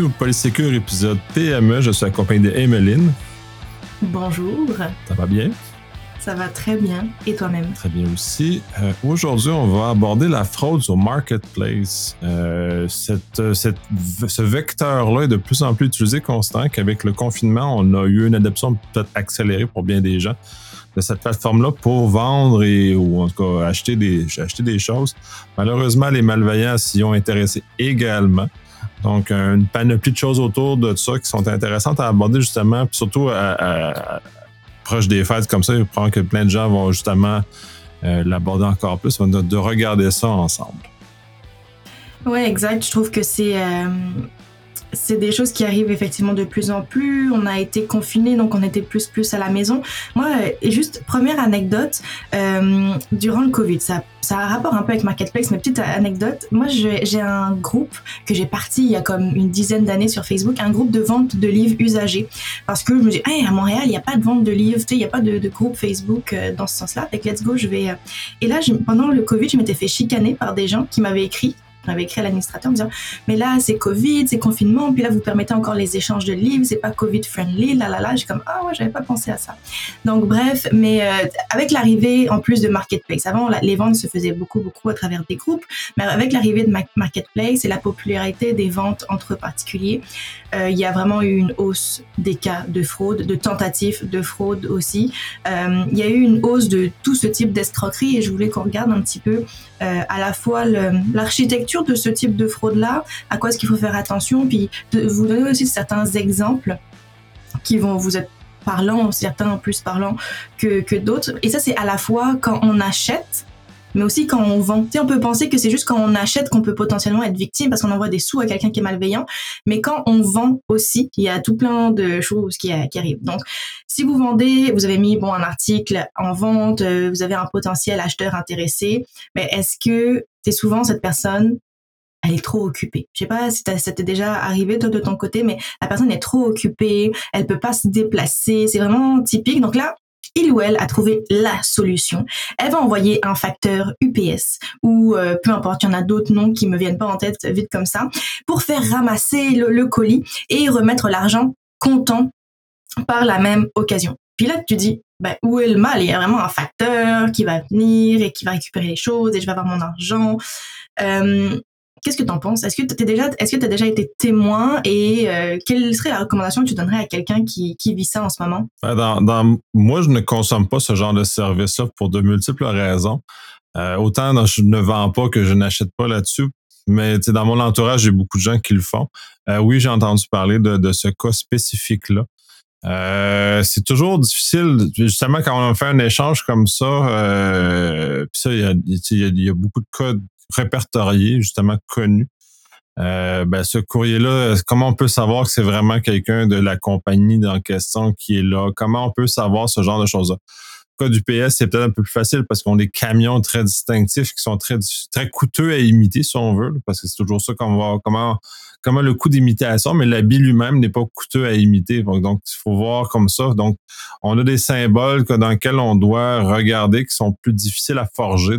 au Polysécure épisode PME. Je suis accompagné d'Emeline. Bonjour. Ça va bien? Ça va très bien. Et toi-même? Très bien aussi. Aujourd'hui, on va aborder la fraude sur Marketplace. Ce vecteur-là est de plus en plus utilisé constant, qu'avec le confinement, on a eu une adoption peut-être accélérée pour bien des gens de cette plateforme-là pour vendre ou en tout cas acheter des choses. Malheureusement, les malveillants s'y ont intéressés également. Donc, une panoplie de choses autour de ça qui sont intéressantes à aborder justement, puis surtout proche des fêtes comme ça, je pense que plein de gens vont justement l'aborder encore plus, de regarder ça ensemble. Oui, exact. Je trouve que c'est des choses qui arrivent effectivement de plus en plus. On a été confinés, donc on était plus à la maison. Moi, juste première anecdote, durant le Covid, ça a un rapport un peu avec Marketplace, mais petite anecdote. Moi, j'ai un groupe que j'ai parti il y a comme une dizaine d'années sur Facebook, un groupe de vente de livres usagés. Parce que je me dis, hey, à Montréal, il n'y a pas de vente de livres, il n'y a pas de groupe Facebook dans ce sens-là. Fait que let's go, je vais... Et là, pendant le Covid, je m'étais fait chicaner par des gens qui m'avaient écrit à l'administrateur en me disant mais là c'est Covid, c'est confinement, puis là vous permettez encore les échanges de livres, c'est pas Covid friendly, là. J'ai comme ah ouais, j'avais pas pensé à ça. Donc bref, mais avec l'arrivée en plus de Marketplace, avant les ventes se faisaient beaucoup à travers des groupes, mais avec l'arrivée de Marketplace et la popularité des ventes entre particuliers, il y a vraiment eu une hausse des cas de fraude, de tentatives de fraude aussi. Il y a eu une hausse de tout ce type d'escroquerie et je voulais qu'on regarde un petit peu à la fois l'architecture de ce type de fraude-là, à quoi est-ce qu'il faut faire attention, puis de vous donner aussi certains exemples qui vont vous être parlants, certains plus parlants que d'autres. Et ça, c'est à la fois quand on achète, mais aussi quand on vend. Tu sais, on peut penser que c'est juste quand on achète qu'on peut potentiellement être victime parce qu'on envoie des sous à quelqu'un qui est malveillant, mais quand on vend aussi, il y a tout plein de choses qui arrivent. Donc, si vous vendez, vous avez mis un article en vente, vous avez un potentiel acheteur intéressé, mais est-ce que c'est souvent cette personne, elle est trop occupée. Je sais pas si ça t'est déjà arrivé toi de ton côté, mais la personne est trop occupée, elle peut pas se déplacer, c'est vraiment typique. Donc là, il ou elle a trouvé la solution. Elle va envoyer un facteur UPS ou peu importe, il y en a d'autres noms qui me viennent pas en tête vite comme ça, pour faire ramasser le colis et remettre l'argent comptant par la même occasion. Puis là, tu dis, où est le mal? Il y a vraiment un facteur qui va venir et qui va récupérer les choses et je vais avoir mon argent. Qu'est-ce que t'en penses? Est-ce que t'as déjà été témoin et quelle serait la recommandation que tu donnerais à quelqu'un qui vit ça en ce moment? Moi, je ne consomme pas ce genre de service-là pour de multiples raisons. Autant je ne vends pas que je n'achète pas là-dessus, mais dans mon entourage, j'ai beaucoup de gens qui le font. Oui, j'ai entendu parler de ce cas spécifique-là. C'est toujours difficile, justement, quand on fait un échange comme ça, puis ça, il y a beaucoup de cas répertoriés, justement connus. Ce courrier-là, comment on peut savoir que c'est vraiment quelqu'un de la compagnie en question qui est là? Comment on peut savoir ce genre de choses-là? Le cas du PS, c'est peut-être un peu plus facile parce qu'on a des camions très distinctifs qui sont très coûteux à imiter, si on veut, parce que c'est toujours ça qu'on va comment le coût d'imitation, mais l'habit lui-même n'est pas coûteux à imiter. Donc, il faut voir comme ça. Donc, on a des symboles dans lesquels on doit regarder qui sont plus difficiles à forger,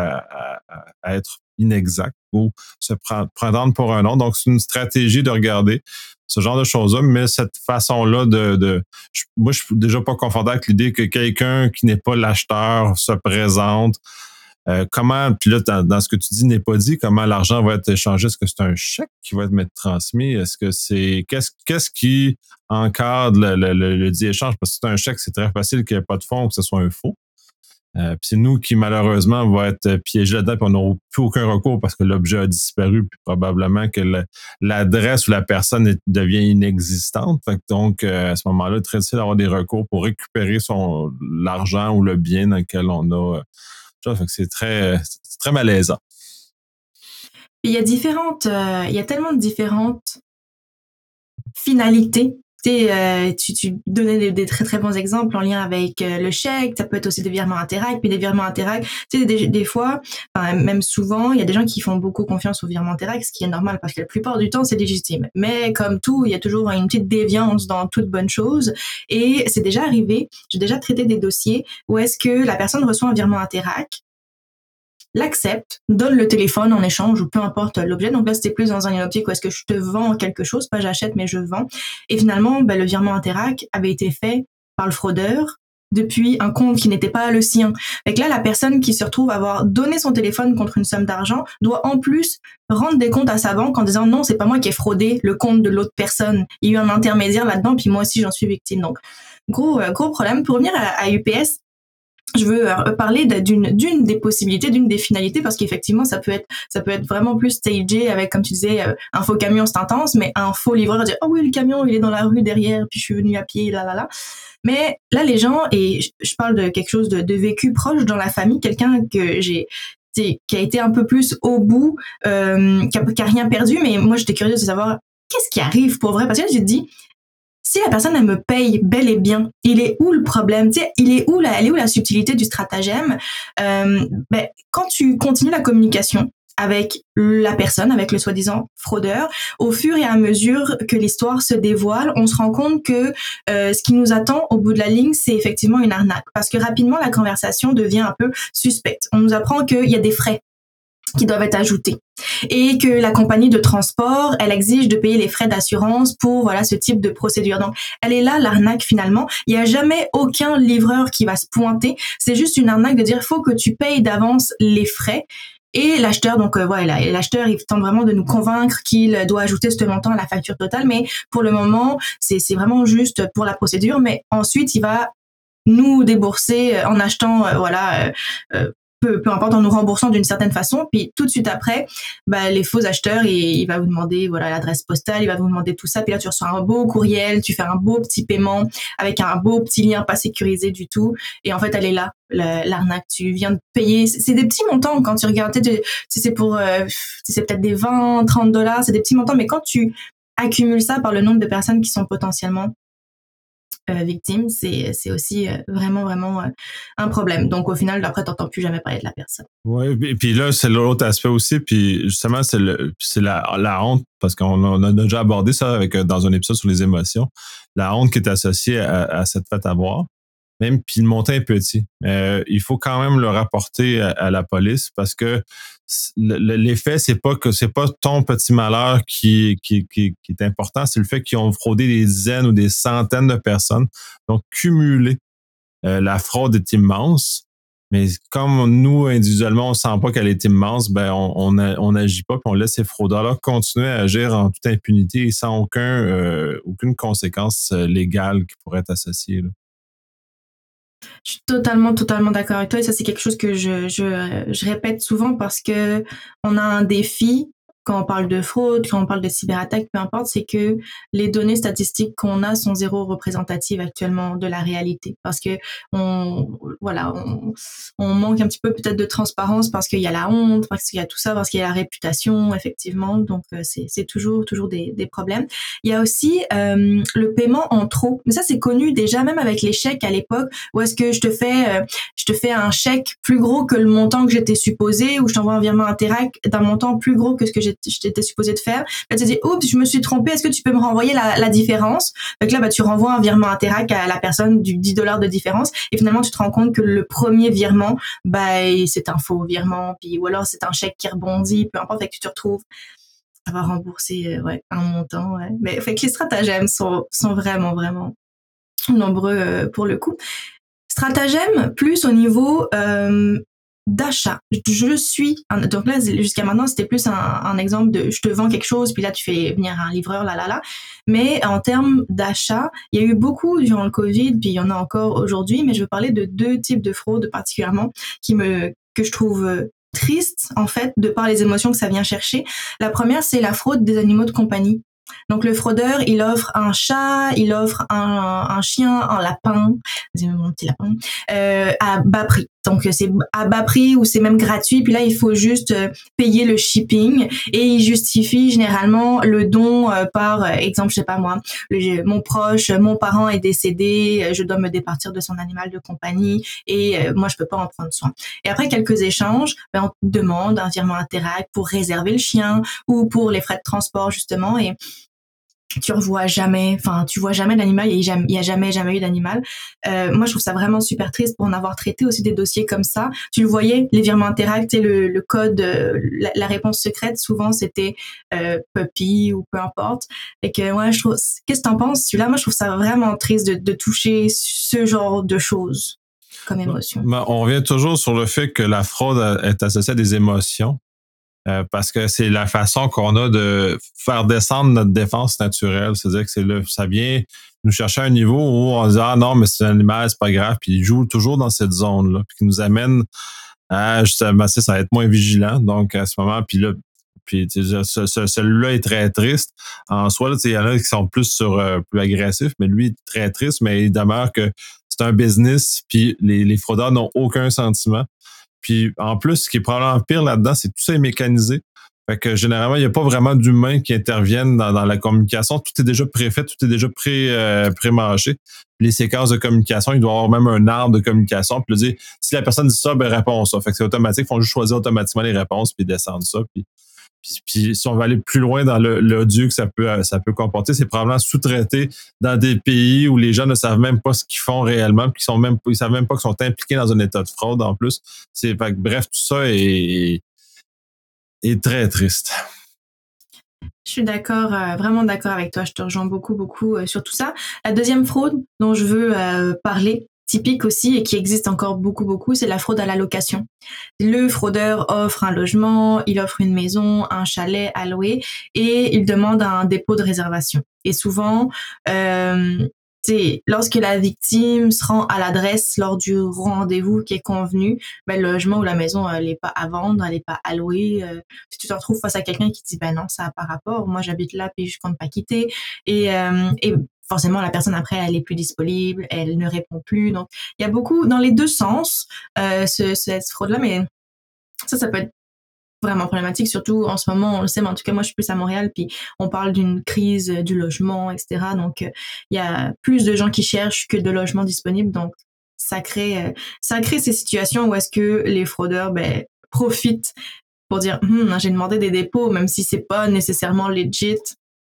à être inexacts ou se prendre pour un nom. Donc, c'est une stratégie de regarder ce genre de choses-là, mais cette façon-là moi, je suis déjà pas confortable avec l'idée que quelqu'un qui n'est pas l'acheteur se présente. Puis là, dans ce que tu dis, n'est pas dit comment l'argent va être échangé. Est-ce que c'est un chèque qui va être transmis? Est-ce que c'est qu'est-ce qui encadre le dit échange? Parce que c'est un chèque, c'est très facile qu'il n'y ait pas de fonds ou que ce soit un faux. Puis c'est nous qui, malheureusement, va être piégés là-dedans, puis on n'aura plus aucun recours parce que l'objet a disparu, puis probablement que l'adresse ou la personne devient inexistante. Fait que donc, à ce moment-là, très difficile d'avoir des recours pour récupérer l'argent ou le bien dans lequel on a. Fait que c'est très malaisant. Il y a tellement de différentes finalités. Tu donnais des très très bons exemples en lien avec le chèque. Ça peut être aussi des virements Interac, puis des virements Interac. Des fois, même souvent, il y a des gens qui font beaucoup confiance aux virements Interac, ce qui est normal parce que la plupart du temps c'est légitime. Mais comme tout, il y a toujours une petite déviance dans toute bonne chose. Et c'est déjà arrivé. J'ai déjà traité des dossiers où est-ce que la personne reçoit un virement Interac. l'accepte, donne le téléphone en échange ou peu importe l'objet. Donc là, c'était plus dans une optique où est-ce que je te vends quelque chose, pas j'achète, mais je vends. Et finalement, le virement Interac avait été fait par le fraudeur depuis un compte qui n'était pas le sien. Fait que là, la personne qui se retrouve à avoir donné son téléphone contre une somme d'argent doit en plus rendre des comptes à sa banque en disant non, c'est pas moi qui ai fraudé le compte de l'autre personne. Il y a eu un intermédiaire là-dedans, puis moi aussi j'en suis victime. Donc gros problème. Pour revenir à UPS, je veux parler d'une des possibilités, d'une des finalités, parce qu'effectivement, ça peut être vraiment plus stagé avec, comme tu disais, un faux camion, c'est intense, mais un faux livreur dire, oh oui, le camion, il est dans la rue derrière, puis je suis venu à pied, là. Mais là, les gens, et je parle de quelque chose de vécu proche dans la famille, quelqu'un que qui a été un peu plus au bout, qui a rien perdu, mais moi, j'étais curieuse de savoir qu'est-ce qui arrive pour vrai, parce que là, je te dis, si la personne, elle me paye bel et bien, il est où le problème? Tu sais, elle est où la subtilité du stratagème? Quand tu continues la communication avec la personne, avec le soi-disant fraudeur, au fur et à mesure que l'histoire se dévoile, on se rend compte que ce qui nous attend au bout de la ligne, c'est effectivement une arnaque. Parce que rapidement, la conversation devient un peu suspecte. On nous apprend qu'il y a des frais qui doivent être ajoutés et que la compagnie de transport, elle exige de payer les frais d'assurance pour ce type de procédure. Donc, elle est là l'arnaque finalement. Il y a jamais aucun livreur qui va se pointer. C'est juste une arnaque de dire il faut que tu payes d'avance les frais. Et l'acheteur, donc l'acheteur, il tente vraiment de nous convaincre qu'il doit ajouter ce montant à la facture totale, mais pour le moment, c'est vraiment juste pour la procédure. Mais ensuite, il va nous débourser en achetant peu importe, en nous remboursant d'une certaine façon. Puis tout de suite après, les faux acheteurs, il va vous demander l'adresse postale, il va vous demander tout ça. Puis là, tu reçois un beau courriel, tu fais un beau petit paiement avec un beau petit lien pas sécurisé du tout. Et en fait, elle est là, l'arnaque. Tu viens de payer. C'est des petits montants quand tu regardes. C'est pour, c'est peut-être des 20, 30 dollars. C'est des petits montants. Mais quand tu accumules ça par le nombre de personnes qui sont potentiellement victime, c'est aussi vraiment un problème. Donc au final, après, t'entends plus jamais parler de la personne. Oui, et puis là, c'est l'autre aspect aussi, puis justement, c'est la honte, parce qu'on a déjà abordé ça dans un épisode sur les émotions, la honte qui est associée à cette fête à boire. Même puis le montant est petit. Il faut quand même le rapporter à la police parce que l'effet, c'est pas ton petit malheur qui est important, c'est le fait qu'ils ont fraudé des dizaines ou des centaines de personnes. Donc, cumuler la fraude est immense. Mais comme nous, individuellement, on sent pas qu'elle est immense, on n'agit pas, puis on laisse ces fraudeurs-là continuer à agir en toute impunité et sans aucune conséquence légale qui pourrait être associée, là. Je suis totalement d'accord avec toi et ça c'est quelque chose que je répète souvent parce que on a un défi quand on parle de fraude, quand on parle de cyberattaque, peu importe, c'est que les données statistiques qu'on a sont zéro représentatives actuellement de la réalité parce que on manque un petit peu peut-être de transparence parce qu'il y a la honte, parce qu'il y a tout ça, parce qu'il y a la réputation effectivement, donc c'est toujours des problèmes. Il y a aussi le paiement en trop, mais ça c'est connu déjà même avec les chèques à l'époque où est-ce que je te fais un chèque plus gros que le montant que j'étais supposé ou je t'envoie un virement Interac d'un montant plus gros que ce que je t'étais supposé de faire. Là, tu te dis, oups, je me suis trompée, est-ce que tu peux me renvoyer la différence? Donc là, tu renvoies un virement Interac à la personne du 10 dollars de différence et finalement, tu te rends compte que le premier virement, c'est un faux virement, puis ou alors c'est un chèque qui rebondit, peu importe, fait que tu te retrouves à avoir remboursé un montant. Ouais. Mais fait que les stratagèmes sont vraiment nombreux pour le coup. Stratagème plus au niveau d'achat. Donc là, jusqu'à maintenant, c'était plus un exemple de je te vends quelque chose, puis là, tu fais venir un livreur, là. Mais en termes d'achat, il y a eu beaucoup durant le Covid, puis il y en a encore aujourd'hui, mais je veux parler de deux types de fraudes particulièrement que je trouve triste, en fait, de par les émotions que ça vient chercher. La première, c'est la fraude des animaux de compagnie. Donc le fraudeur, il offre un chat, il offre un chien, un lapin, mon petit lapin, à bas prix. Donc c'est à bas prix ou c'est même gratuit. Puis là, il faut juste payer le shipping et il justifie généralement le don par exemple, je sais pas moi, mon proche, mon parent est décédé, je dois me départir de son animal de compagnie et moi je peux pas en prendre soin. Et après quelques échanges, on te demande un virement Interac pour réserver le chien ou pour les frais de transport justement et tu revois jamais, enfin, tu vois jamais d'animal, il y a jamais eu d'animal. Moi, je trouve ça vraiment super triste pour en avoir traité aussi des dossiers comme ça. Tu le voyais, les virements Interact et le code, la réponse secrète, souvent c'était puppy ou peu importe. Et que, ouais, je trouve, qu'est-ce que t'en penses, celui-là? Moi, je trouve ça vraiment triste de toucher ce genre de choses comme émotion. On revient toujours sur le fait que la fraude est associée à des émotions. Parce que c'est la façon qu'on a de faire descendre notre défense naturelle. C'est-à-dire que ça vient nous chercher à un niveau où on se dit ah non, mais c'est un animal, c'est pas grave, puis il joue toujours dans cette zone-là, puis qui nous amène à justement ça va être moins vigilant. Donc à ce moment, puis là, puis celui-là est très triste. En soi, là, il y en a qui sont plus agressifs, mais lui est très triste, mais il demeure que c'est un business, puis les fraudeurs n'ont aucun sentiment. Puis en plus, ce qui est probablement pire là-dedans, c'est que tout ça est mécanisé. Fait que généralement, il n'y a pas vraiment d'humains qui interviennent dans la communication. Tout est déjà préfait, tout est déjà pré-mâché. Les séquences de communication, il doit y avoir même un arbre de communication. Puis dire, si la personne dit ça, ben réponds ça. Fait que c'est automatique, ils font juste choisir automatiquement les réponses puis descendre ça. Puis si on va aller plus loin dans l'odieux que ça peut comporter, c'est probablement sous-traité dans des pays où les gens ne savent même pas ce qu'ils font réellement, puis ils savent même pas qu'ils sont impliqués dans un état de fraude en plus. Bref, tout ça est très triste. Je suis d'accord, vraiment d'accord avec toi. Je te rejoins beaucoup, beaucoup sur tout ça. La deuxième fraude dont je veux parler, typique aussi et qui existe encore beaucoup, beaucoup, c'est la fraude à la location. Le fraudeur offre un logement, il offre une maison, un chalet à louer et il demande un dépôt de réservation. Et souvent, lorsque la victime se rend à l'adresse lors du rendez-vous qui est convenu, ben, le logement ou la maison, elle est pas à vendre, elle est pas à louer. Si tu te retrouves face à quelqu'un qui dit, ben non, ça n'a pas rapport, moi j'habite là puis je compte pas quitter. Et forcément, la personne après, elle est plus disponible, elle ne répond plus. Donc, il y a beaucoup, dans les deux sens, cette fraude-là, mais ça peut être vraiment problématique, surtout en ce moment, on le sait, mais en tout cas, moi, je suis plus à Montréal, puis on parle d'une crise du logement, etc. Donc, il y a plus de gens qui cherchent que de logements disponibles. Donc, ça crée ces situations où est-ce que les fraudeurs, ben, profitent pour dire, j'ai demandé des dépôts, même si c'est pas nécessairement legit.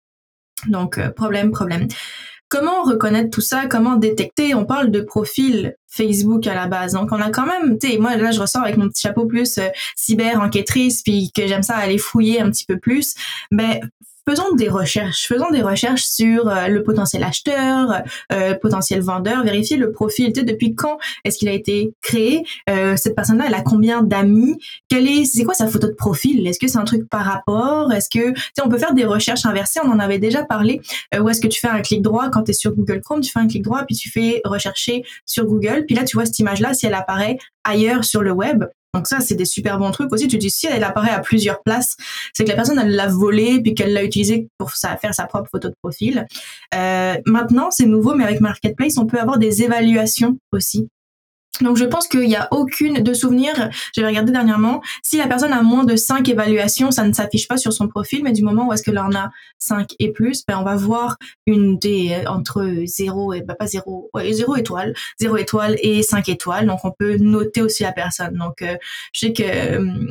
Donc, problème. Comment reconnaître tout ça? Comment détecter? On parle de profil Facebook à la base. Donc, on a quand même, moi, là, je ressors avec mon petit chapeau plus cyber-enquêtrice, puis que j'aime ça aller fouiller un petit peu plus. Ben, faisons des recherches sur le potentiel acheteur, potentiel vendeur, vérifier le profil. Depuis quand est-ce qu'il a été créé? Cette personne-là, elle a combien d'amis? C'est quoi sa photo de profil? Est-ce que c'est un truc par rapport? Est-ce que, on peut faire des recherches inversées. On en avait déjà parlé. Où est-ce que tu fais un clic droit quand tu es sur Google Chrome, tu fais un clic droit, puis tu fais rechercher sur Google. Puis là, tu vois cette image-là, si elle apparaît ailleurs sur le web. Donc ça, c'est des super bons trucs aussi. Tu dis, si elle apparaît à plusieurs places, c'est que la personne, elle l'a volée puis qu'elle l'a utilisé pour faire sa propre photo de profil. Maintenant, c'est nouveau, mais avec Marketplace, on peut avoir des évaluations aussi. Donc, je pense qu'il n'y a aucune de souvenir. J'avais regardé dernièrement. Si la personne a moins de 5 évaluations, ça ne s'affiche pas sur son profil, mais du moment où est-ce qu'elle en a 5 et plus, ben, on va voir entre 0 et, pas 0, 0 étoile, 0 étoile et 5 étoiles. Donc, on peut noter aussi la personne. Donc, je sais que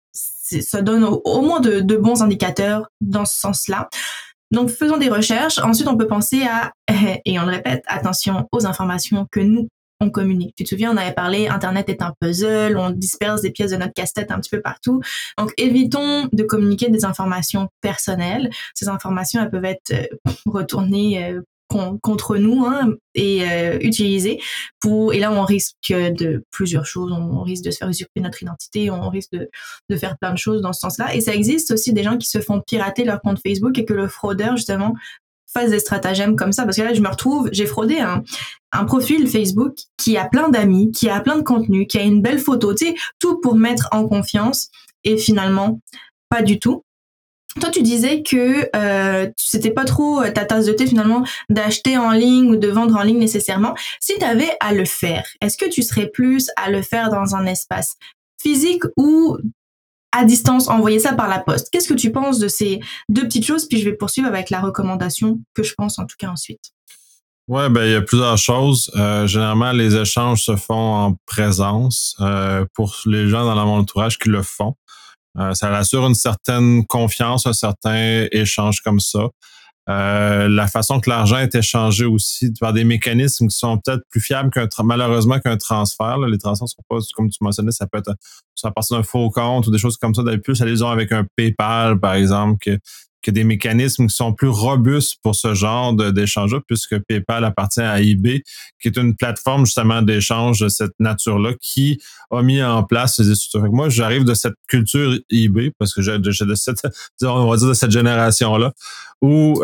ça donne au moins de bons indicateurs dans ce sens-là. Donc, faisons des recherches. Ensuite, on peut penser à, et on le répète, attention aux informations que nous on communique. Tu te souviens, on avait parlé, Internet est un puzzle, on disperse des pièces de notre casse-tête un petit peu partout. Donc, évitons de communiquer des informations personnelles. Ces informations, elles peuvent être retournées contre nous et utilisées et là on risque de plusieurs choses, on risque de se faire usurper notre identité, on risque de faire plein de choses dans ce sens-là. Et ça existe aussi des gens qui se font pirater leur compte Facebook et que le fraudeur justement fasse des stratagèmes comme ça, parce que là je me retrouve, j'ai fraudé un profil Facebook qui a plein d'amis, qui a plein de contenu, qui a une belle photo, tu sais, tout pour mettre en confiance, et finalement pas du tout. Toi, tu disais que c'était pas trop ta tasse de thé finalement d'acheter en ligne ou de vendre en ligne nécessairement. Si tu avais à le faire, est-ce que tu serais plus à le faire dans un espace physique ou à distance, envoyer ça par la poste? Qu'est-ce que tu penses de ces deux petites choses? Puis je vais poursuivre avec la recommandation que je pense en tout cas ensuite. Ouais, ben il y a plusieurs choses. Généralement, les échanges se font en présence pour les gens dans mon entourage qui le font. Ça assure une certaine confiance, un certain échange comme ça. la façon que l'argent est échangé aussi par des mécanismes qui sont peut-être plus fiables malheureusement qu'un transfert. Là. Les transferts sont pas, comme tu mentionnais, ça peut être à partir d'un faux compte ou des choses comme ça. D'ailleurs, plus aller avec un PayPal, par exemple, que des mécanismes qui sont plus robustes pour ce genre d'échange-là, puisque PayPal appartient à eBay, qui est une plateforme justement d'échange de cette nature-là, qui a mis en place ces structures. Moi, j'arrive de cette culture eBay, parce que j'ai de cette, on va dire de cette génération-là, où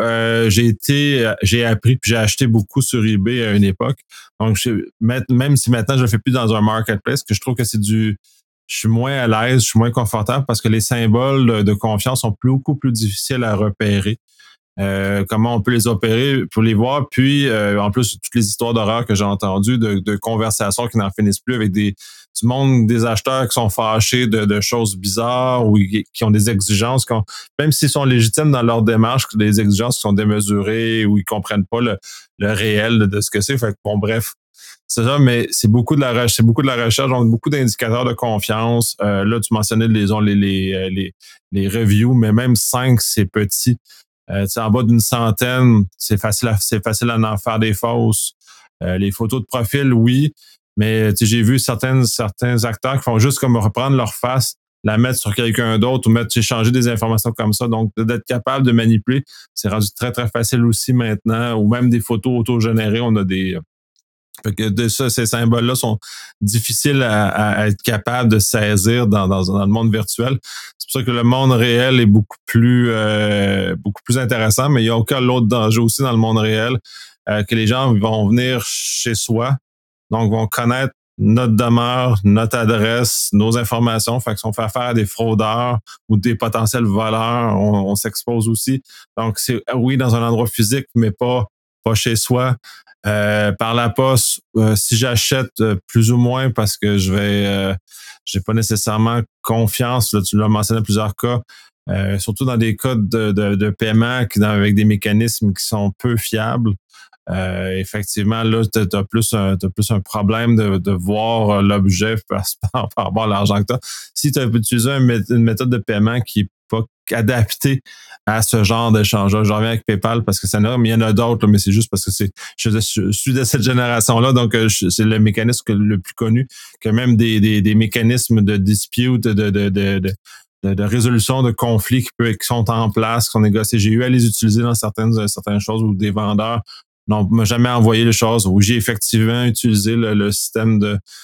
j'ai appris puis j'ai acheté beaucoup sur eBay à une époque. Donc, même si maintenant je le fais plus dans un marketplace, que je trouve que je suis moins à l'aise, je suis moins confortable parce que les symboles de confiance sont beaucoup plus difficiles à repérer. Comment on peut les opérer pour les voir. Puis, en plus, toutes les histoires d'horreur que j'ai entendues, de conversations qui n'en finissent plus avec du monde des acheteurs qui sont fâchés de choses bizarres ou qui ont des exigences, même s'ils sont légitimes dans leur démarche, des exigences qui sont démesurées ou ils comprennent pas le réel de ce que c'est. Fait que, bon, bref. C'est ça, mais c'est beaucoup de la recherche, donc beaucoup d'indicateurs de confiance. Là, tu mentionnais les reviews, mais même 5, c'est petit. En bas d'une centaine, c'est facile à en faire des fausses. Les photos de profil, oui, mais j'ai vu certains acteurs qui font juste comme reprendre leur face, la mettre sur quelqu'un d'autre ou changer des informations comme ça. Donc, d'être capable de manipuler, c'est rendu très, très facile aussi maintenant. Ou même des photos auto-générées, on a des... Fait que ces symboles-là sont difficiles à être capable de saisir dans le monde virtuel. C'est pour ça que le monde réel est beaucoup plus intéressant, mais il y a aucun autre danger aussi dans le monde réel, que les gens vont venir chez soi, donc vont connaître notre demeure, notre adresse, nos informations. Fait que si on fait affaire à des fraudeurs ou des potentiels voleurs, on s'expose aussi. Donc, c'est oui, dans un endroit physique, mais pas chez soi. Par la poste, si j'achète plus ou moins parce que j'ai pas nécessairement confiance, là, tu l'as mentionné dans plusieurs cas, surtout dans des cas de paiement avec des mécanismes qui sont peu fiables. Effectivement, là, t'as plus un problème de voir l'objet par rapport à l'argent que t'as. Si tu as utilisé une méthode de paiement qui est pas adaptée à ce genre d'échange-là, je reviens avec PayPal parce que ça mais il y en a d'autres, là, mais c'est juste parce que je suis de cette génération-là, donc c'est le mécanisme le plus connu, que même des mécanismes de dispute, de résolution de conflits qui sont en place, qui sont négociés. J'ai eu à les utiliser dans certaines choses où des vendeurs m'a jamais envoyé les choses, où j'ai effectivement utilisé le système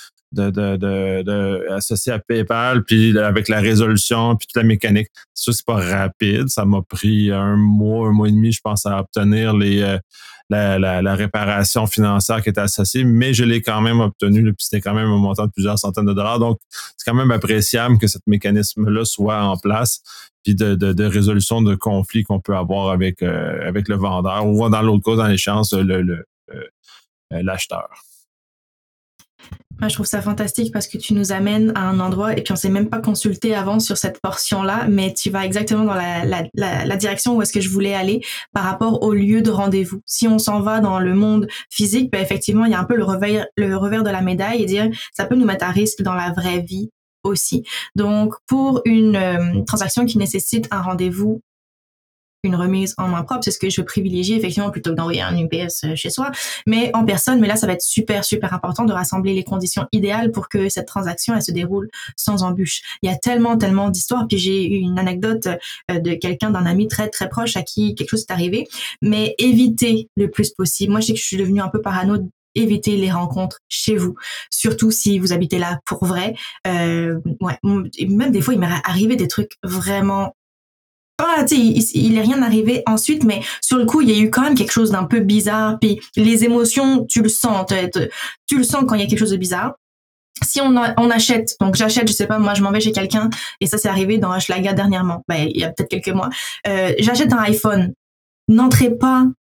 associé à PayPal, puis avec la résolution, puis toute la mécanique. Ça, c'est pas rapide. Ça m'a pris un mois et demi, je pense, à obtenir la réparation financière qui était associée, mais je l'ai quand même obtenu, puis c'était quand même un montant de plusieurs centaines de dollars. Donc, c'est quand même appréciable que ce mécanisme-là soit en place, puis de résolution de conflits qu'on peut avoir avec le vendeur, ou dans l'autre cas, dans l'échéance, l'acheteur. Moi, je trouve ça fantastique parce que tu nous amènes à un endroit et puis on s'est même pas consulté avant sur cette portion-là, mais tu vas exactement dans la direction où est-ce que je voulais aller par rapport au lieu de rendez-vous. Si on s'en va dans le monde physique, ben effectivement, il y a un peu le revers de la médaille et dire ça peut nous mettre à risque dans la vraie vie aussi. Donc, pour une transaction qui nécessite un rendez-vous, une remise en main propre, c'est ce que je privilégie effectivement plutôt que d'envoyer un UPS chez soi, mais en personne. Mais là, ça va être super, super important de rassembler les conditions idéales pour que cette transaction, elle se déroule sans embûche. Il y a tellement, tellement d'histoires. Puis j'ai eu une anecdote d'un ami très, très proche à qui quelque chose est arrivé, mais évitez le plus possible. Moi, je sais que je suis devenue un peu parano. Évitez les rencontres chez vous, surtout si vous habitez là pour vrai. Même des fois, il m'est arrivé des trucs vraiment il est rien arrivé ensuite, mais sur le coup, il y a eu quand même quelque chose d'un peu bizarre. Puis les émotions, tu le sens quand il y a quelque chose de bizarre. Si on achète, donc j'achète, je sais pas, moi je m'en vais chez quelqu'un et ça c'est arrivé dans Hochelaga dernièrement, il y a peut-être quelques mois. J'achète un iPhone. N'entrez pas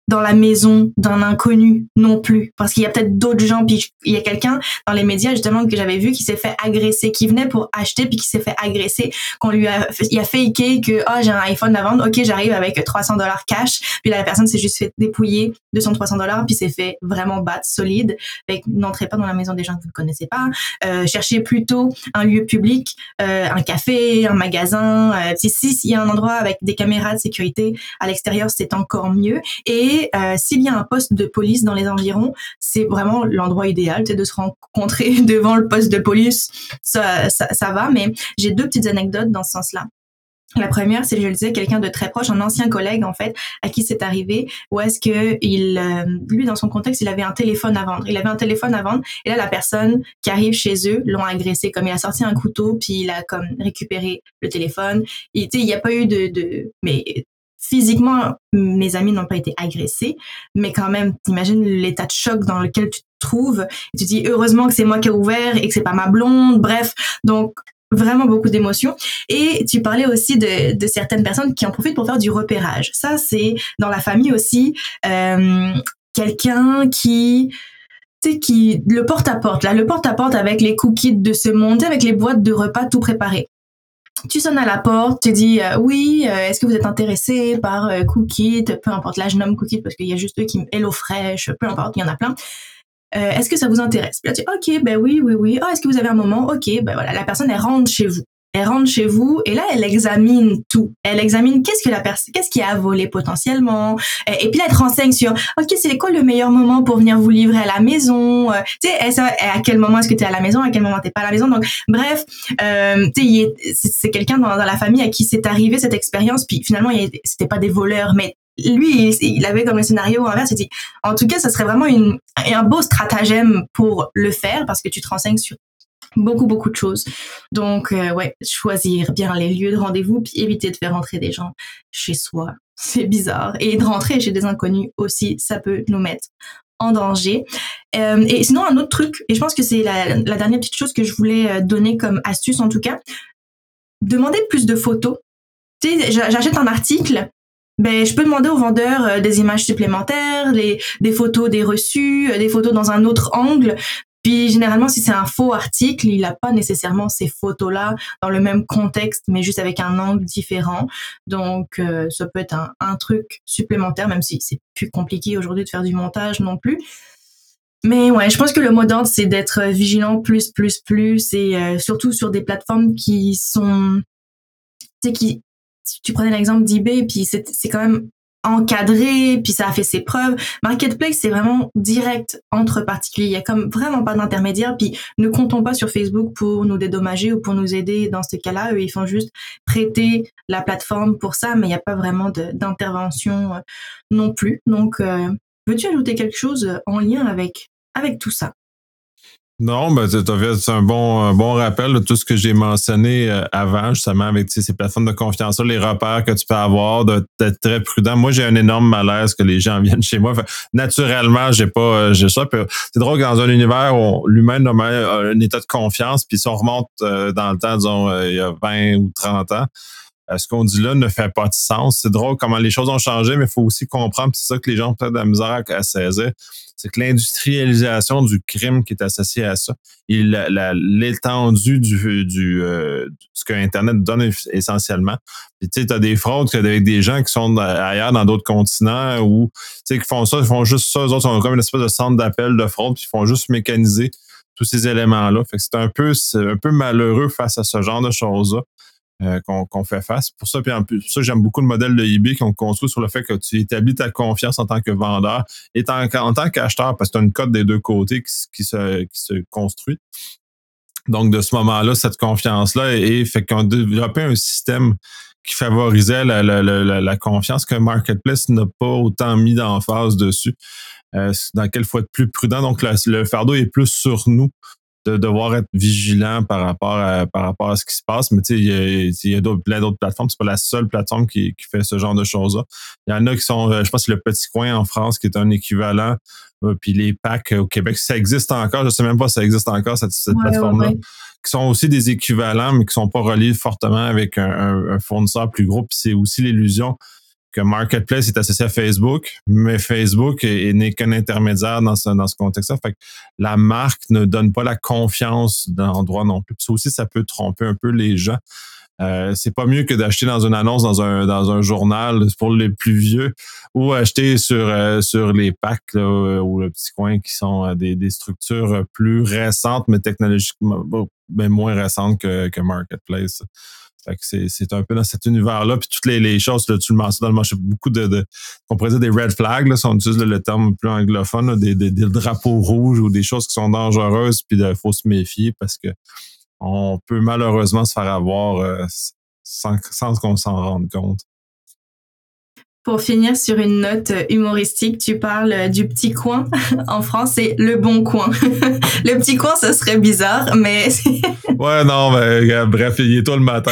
dans la maison d'un inconnu non plus, parce qu'il y a peut-être d'autres gens, puis il y a quelqu'un dans les médias justement que j'avais vu qui s'est fait agresser, qui venait pour acheter puis qui s'est fait agresser, il a faké que j'ai un iPhone à vendre, ok, j'arrive avec $300 cash, puis là la personne s'est juste fait dépouiller de son $300 puis s'est fait vraiment battre solide. Fait que n'entrez pas dans la maison des gens que vous ne connaissez pas, cherchez plutôt un lieu public, un café, un magasin, s'il y a un endroit avec des caméras de sécurité à l'extérieur, c'est encore mieux. Et s'il y a un poste de police dans les environs, c'est vraiment l'endroit idéal, de se rencontrer devant le poste de police, ça va. Mais j'ai 2 petites anecdotes dans ce sens-là. La première, c'est, je le disais, quelqu'un de très proche, un ancien collègue, en fait, à qui c'est arrivé, où est-ce que lui, dans son contexte, il avait un téléphone à vendre. Et là, la personne qui arrive chez eux l'ont agressé, comme il a sorti un couteau, puis il a comme récupéré le téléphone. Et tu sais, il n'y a pas eu mais physiquement, mes amis n'ont pas été agressés, mais quand même, t'imagines l'état de choc dans lequel tu te trouves. Et tu te dis, heureusement que c'est moi qui ai ouvert et que c'est pas ma blonde. Bref, donc vraiment beaucoup d'émotions. Et tu parlais aussi de certaines personnes qui en profitent pour faire du repérage. Ça, c'est dans la famille aussi, quelqu'un qui le porte-à-porte, le porte-à-porte avec les cookies de ce monde, avec les boîtes de repas tout préparées. Tu sonnes à la porte, tu dis oui, est-ce que vous êtes intéressé par Cookit, peu importe, là je nomme Cookit parce qu'il y a juste eux qui Hello Fresh, peu importe, il y en a plein. Est-ce que ça vous intéresse? Puis là, tu dis, ok, ben oui. Ah, est-ce que vous avez un moment? Ok, ben voilà, la personne, elle rentre chez vous. Et là, elle examine tout. Elle examine qu'est-ce qui a volé potentiellement. Et puis là, elle te renseigne sur, ok, c'est quoi le meilleur moment pour venir vous livrer à la maison? Tu sais, à quel moment est-ce que t'es à la maison? À quel moment t'es pas à la maison? Donc, bref, tu sais, c'est quelqu'un dans la famille à qui c'est arrivé cette expérience. Puis finalement, c'était pas des voleurs, mais lui, il avait comme le scénario inverse. Il dit, en tout cas, ça serait vraiment un beau stratagème pour le faire parce que tu te renseignes sur beaucoup de choses. Donc, ouais, choisir bien les lieux de rendez-vous puis éviter de faire rentrer des gens chez soi. C'est bizarre. Et de rentrer chez des inconnus aussi, ça peut nous mettre en danger. Et sinon, un autre truc, et je pense que c'est la dernière petite chose que je voulais donner comme astuce en tout cas, demander plus de photos. Tu sais, j'achète un article, ben je peux demander au vendeur des images supplémentaires, des photos des reçus, des photos dans un autre angle. Puis généralement, si c'est un faux article, il n'a pas nécessairement ces photos-là dans le même contexte, mais juste avec un angle différent. Donc, ça peut être un truc supplémentaire, même si c'est plus compliqué aujourd'hui de faire du montage non plus. Mais ouais, je pense que le mot d'ordre, c'est d'être vigilant plus, et surtout sur des plateformes qui sont... Tu prenais l'exemple d'eBay, puis c'est quand même encadré, puis ça a fait ses preuves. Marketplace, c'est vraiment direct entre particuliers. Il y a comme vraiment pas d'intermédiaire, puis ne comptons pas sur Facebook pour nous dédommager ou pour nous aider dans ce cas-là. Eux, ils font juste prêter la plateforme pour ça, mais il n'y a pas vraiment d'intervention non plus. Donc, veux-tu ajouter quelque chose en lien avec tout ça? Non, ben, tu as fait un bon rappel de tout ce que j'ai mentionné avant, justement, avec ces plateformes de confiance, les repères que tu peux avoir, d'être très prudent. Moi, j'ai un énorme malaise que les gens viennent chez moi. Fait, naturellement, j'ai ça. Puis, c'est drôle que dans un univers où l'humain a un état de confiance, puis si on remonte dans le temps, disons, il y a 20 ou 30 ans, ce qu'on dit là ne fait pas de sens. C'est drôle comment les choses ont changé, mais il faut aussi comprendre, puis c'est ça que les gens ont peut-être de la misère à saisir, c'est que l'industrialisation du crime qui est associée à ça et l'étendue ce que Internet donne essentiellement. Puis tu sais, tu as des fraudes avec des gens qui sont ailleurs dans d'autres continents ou qui font ça, ils font juste ça, eux autres sont comme une espèce de centre d'appel de fraude, puis ils font juste mécaniser tous ces éléments-là. Fait que c'est un peu malheureux face à ce genre de choses-là. Qu'on fait face. Pour ça, puis en plus, ça, j'aime beaucoup le modèle de eBay qu'on construit sur le fait que tu établis ta confiance en tant que vendeur et en tant qu'acheteur, parce que tu as une cote des deux côtés qui se construit. Donc, de ce moment-là, cette confiance-là fait qu'on a développé un système qui favorisait la confiance que Marketplace n'a pas autant mis d'emphase dessus, dans lequel il faut être plus prudent. Donc, le fardeau est plus sur nous de devoir être vigilant par rapport à ce qui se passe. Mais tu sais, il y a plein d'autres plateformes. C'est pas la seule plateforme qui fait ce genre de choses-là. Il y en a qui sont, je pense que le Petit Coin en France, qui est un équivalent, puis les packs au Québec, ça existe encore. Je sais même pas si ça existe encore, cette plateforme-là. Ouais. Qui sont aussi des équivalents, mais qui sont pas reliés fortement avec un fournisseur plus gros. Puis c'est aussi l'illusion que Marketplace est associé à Facebook, mais Facebook n'est qu'un intermédiaire dans ce contexte-là. Fait que la marque ne donne pas la confiance dans l'endroit non plus. Puis ça aussi, ça peut tromper un peu les gens. C'est pas mieux que d'acheter dans une annonce dans un journal pour les plus vieux ou acheter sur les packs là, ou le petit coin qui sont des structures plus récentes mais technologiquement moins récentes que Marketplace. Fait que c'est un peu dans cet univers-là. Puis toutes les choses, là, tu le mentionnes dans le marché, beaucoup on pourrait dire des red flags, là, si on utilise le terme plus anglophone, là, des drapeaux rouges ou des choses qui sont dangereuses, puis il faut se méfier parce que on peut malheureusement se faire avoir sans qu'on s'en rende compte. Pour finir sur une note humoristique, tu parles du petit coin. En France, c'est le bon coin. Le petit coin, ça serait bizarre, mais... Ouais, non, mais bref, il est tôt le matin.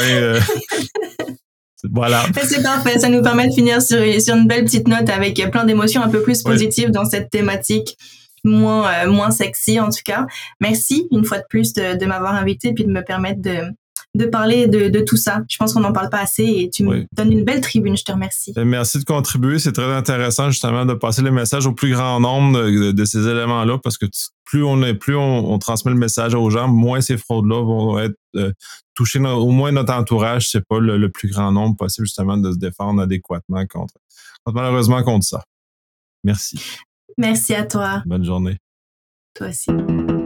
Voilà. C'est parfait. Ça nous permet de finir sur une belle petite note avec plein d'émotions un peu plus positives dans cette thématique moins sexy, en tout cas. Merci une fois de plus de m'avoir invité puis de me permettre de parler de tout ça. Je pense qu'on n'en parle pas assez et tu me donnes une belle tribune. Je te remercie. Merci de contribuer. C'est très intéressant justement de passer le message au plus grand nombre de ces éléments-là parce que plus on transmet le message aux gens, moins ces fraudes-là vont être toucher au moins notre entourage. C'est pas le plus grand nombre possible justement de se défendre adéquatement malheureusement contre ça. Merci. Merci à toi. Bonne journée. Toi aussi.